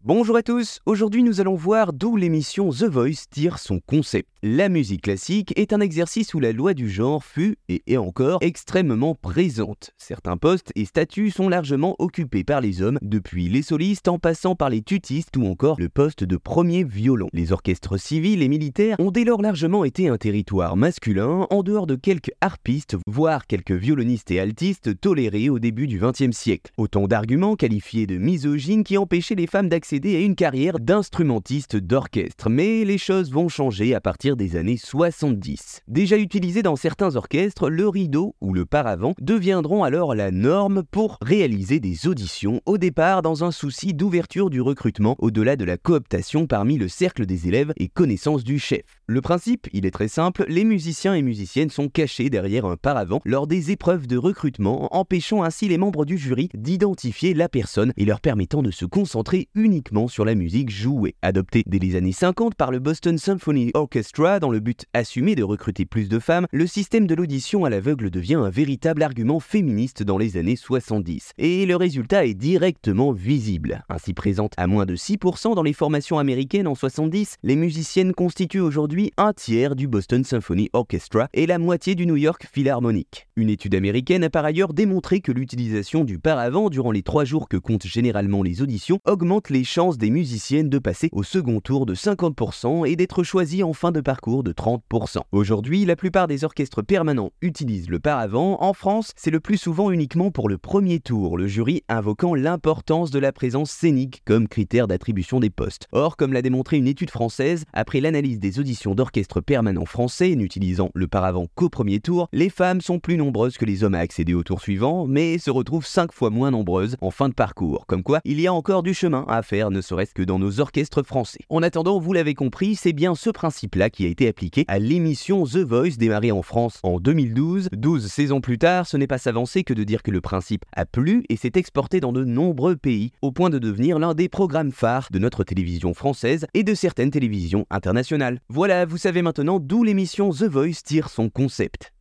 Bonjour à tous, aujourd'hui nous allons voir d'où l'émission The Voice tire son concept. La musique classique est un exercice où la loi du genre fut, et est encore, extrêmement présente. Certains postes et statuts sont largement occupés par les hommes, depuis les solistes en passant par les tutistes ou encore le poste de premier violon. Les orchestres civils et militaires ont dès lors largement été un territoire masculin, en dehors de quelques harpistes, voire quelques violonistes et altistes tolérés au début du XXe siècle. Autant d'arguments qualifiés de misogynes qui empêchaient les femmes d'accéder à une carrière d'instrumentiste d'orchestre, mais les choses vont changer à partir des années 70. Déjà utilisé dans certains orchestres, le rideau ou le paravent deviendront alors la norme pour réaliser des auditions, au départ dans un souci d'ouverture du recrutement au-delà de la cooptation parmi le cercle des élèves et connaissance du chef. Le principe, il est très simple, les musiciens et musiciennes sont cachés derrière un paravent lors des épreuves de recrutement, empêchant ainsi les membres du jury d'identifier la personne et leur permettant de se concentrer uniquement sur la musique jouée. Adopté dès les années 50 par le Boston Symphony Orchestra dans le but assumé de recruter plus de femmes, le système de l'audition à l'aveugle devient un véritable argument féministe dans les années 70. Et le résultat est directement visible. Ainsi présente à moins de 6% dans les formations américaines en 70, les musiciennes constituent aujourd'hui un tiers du Boston Symphony Orchestra et la moitié du New York Philharmonic. Une étude américaine a par ailleurs démontré que l'utilisation du paravent durant les 3 jours que comptent généralement les auditions augmente les chances des musiciennes de passer au second tour de 50% et d'être choisies en fin de parcours de 30%. Aujourd'hui, la plupart des orchestres permanents utilisent le paravent. En France, c'est le plus souvent uniquement pour le premier tour, le jury invoquant l'importance de la présence scénique comme critère d'attribution des postes. Or, comme l'a démontré une étude française, après l'analyse des auditions d'orchestres permanents français n'utilisant le paravent qu'au premier tour, les femmes sont plus nombreuses que les hommes à accéder au tour suivant, mais se retrouvent 5 fois moins nombreuses en fin de parcours. Comme quoi, il y a encore du chemin à faire, ne serait-ce que dans nos orchestres français. En attendant, vous l'avez compris, c'est bien ce principe-là qui a été appliqué à l'émission The Voice démarrée en France en 2012. 12 saisons plus tard, ce n'est pas s'avancer que de dire que le principe a plu et s'est exporté dans de nombreux pays, au point de devenir l'un des programmes phares de notre télévision française et de certaines télévisions internationales. Voilà, vous savez maintenant d'où l'émission The Voice tire son concept.